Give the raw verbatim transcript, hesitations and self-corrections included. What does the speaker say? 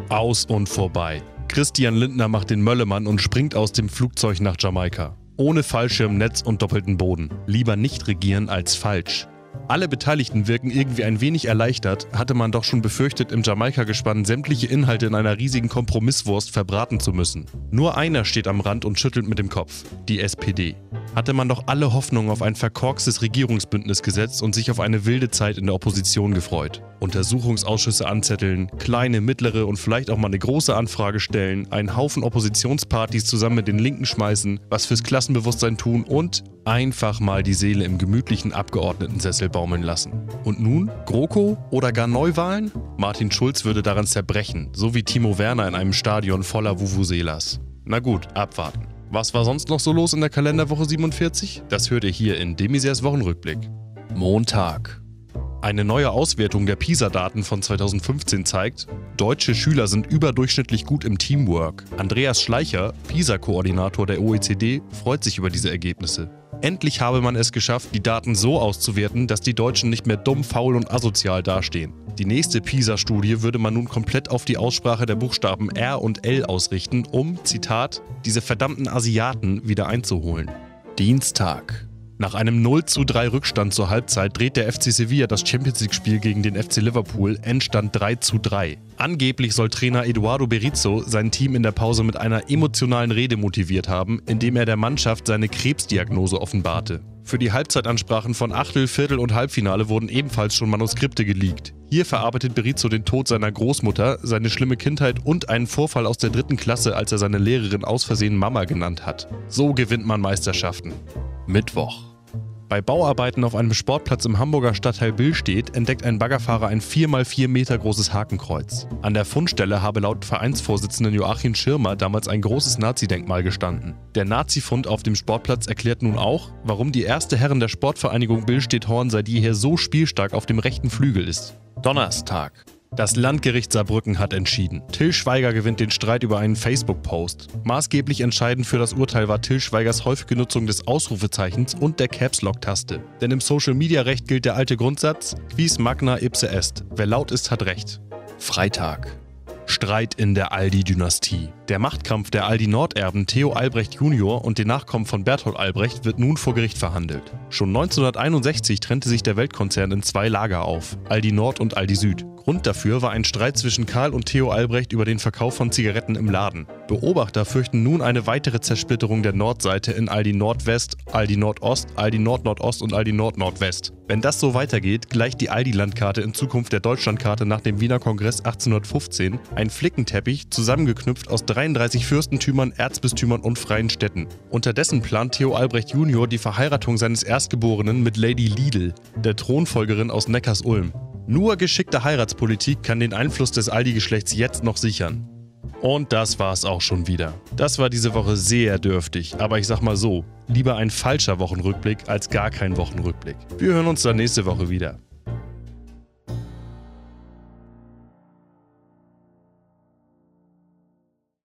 Aus und vorbei. Christian Lindner macht den Möllemann und springt aus dem Flugzeug nach Jamaika. Ohne Fallschirm, Netz und doppelten Boden. Lieber nicht regieren als falsch. Alle Beteiligten wirken irgendwie ein wenig erleichtert, hatte man doch schon befürchtet, im Jamaika-Gespann sämtliche Inhalte in einer riesigen Kompromisswurst verbraten zu müssen. Nur einer steht am Rand und schüttelt mit dem Kopf, die S P D. Hatte man doch alle Hoffnung auf ein verkorkstes Regierungsbündnis gesetzt und sich auf eine wilde Zeit in der Opposition gefreut. Untersuchungsausschüsse anzetteln, kleine, mittlere und vielleicht auch mal eine große Anfrage stellen, einen Haufen Oppositionspartys zusammen mit den Linken schmeißen, was fürs Klassenbewusstsein tun und einfach mal die Seele im gemütlichen Abgeordnetensessel baumeln lassen. Und nun? GroKo oder gar Neuwahlen? Martin Schulz würde daran zerbrechen, so wie Timo Werner in einem Stadion voller Vuvuzelas. Na gut, abwarten. Was war sonst noch so los in der Kalenderwoche siebenundvierzig? Das hört ihr hier in de Maizières Wochenrückblick. Montag. Eine neue Auswertung der PISA-Daten von zweitausendfünfzehn zeigt, deutsche Schüler sind überdurchschnittlich gut im Teamwork. Andreas Schleicher, PISA-Koordinator der O E C D, freut sich über diese Ergebnisse. Endlich habe man es geschafft, die Daten so auszuwerten, dass die Deutschen nicht mehr dumm, faul und asozial dastehen. Die nächste PISA-Studie würde man nun komplett auf die Aussprache der Buchstaben R und L ausrichten, um, Zitat, diese verdammten Asiaten wieder einzuholen. Dienstag. Nach einem null zu drei Rückstand zur Halbzeit dreht der F C Sevilla das Champions-League-Spiel gegen den F C Liverpool, Endstand drei zu drei. Angeblich soll Trainer Eduardo Berizzo sein Team in der Pause mit einer emotionalen Rede motiviert haben, indem er der Mannschaft seine Krebsdiagnose offenbarte. Für die Halbzeitansprachen von Achtel-, Viertel- und Halbfinale wurden ebenfalls schon Manuskripte geleakt. Hier verarbeitet Berizzo den Tod seiner Großmutter, seine schlimme Kindheit und einen Vorfall aus der dritten Klasse, als er seine Lehrerin aus Versehen Mama genannt hat. So gewinnt man Meisterschaften. Mittwoch. Bei Bauarbeiten auf einem Sportplatz im Hamburger Stadtteil Billstedt entdeckt ein Baggerfahrer ein vier mal vier Meter großes Hakenkreuz. An der Fundstelle habe laut Vereinsvorsitzenden Joachim Schirmer damals ein großes Nazi-Denkmal gestanden. Der Nazi-Fund auf dem Sportplatz erklärt nun auch, warum die erste Herren der Sportvereinigung Billstedt-Horn seit jeher so spielstark auf dem rechten Flügel ist. Donnerstag. Das Landgericht Saarbrücken hat entschieden. Till Schweiger gewinnt den Streit über einen Facebook-Post. Maßgeblich entscheidend für das Urteil war Till Schweigers häufige Nutzung des Ausrufezeichens und der Caps-Lock-Taste. Denn im Social-Media-Recht gilt der alte Grundsatz: Quis magna ipse est. Wer laut ist, hat Recht. Freitag. Streit in der Aldi-Dynastie. Der Machtkampf der Aldi-Norderben Theo Albrecht Junior und den Nachkommen von Bertolt Albrecht wird nun vor Gericht verhandelt. Schon neunzehnhunderteinundsechzig trennte sich der Weltkonzern in zwei Lager auf, Aldi Nord und Aldi Süd. Grund dafür war ein Streit zwischen Karl und Theo Albrecht über den Verkauf von Zigaretten im Laden. Beobachter fürchten nun eine weitere Zersplitterung der Nordseite in Aldi Nordwest, Aldi Nordost, Aldi Nord-Nordost und Aldi Nord-Nordwest. Wenn das so weitergeht, gleicht die Aldi-Landkarte in Zukunft der Deutschlandkarte nach dem Wiener Kongress achtzehnhundertfünfzehn, ein Flickenteppich, zusammengeknüpft aus dreiunddreißig Fürstentümern, Erzbistümern und freien Städten. Unterdessen plant Theo Albrecht Junior die Verheiratung seines Erstgeborenen mit Lady Lidl, der Thronfolgerin aus Neckarsulm. Nur geschickte Heiratspolitik kann den Einfluss des Aldi-Geschlechts jetzt noch sichern. Und das war's auch schon wieder. Das war diese Woche sehr dürftig, aber ich sag mal so, lieber ein falscher Wochenrückblick als gar kein Wochenrückblick. Wir hören uns dann nächste Woche wieder.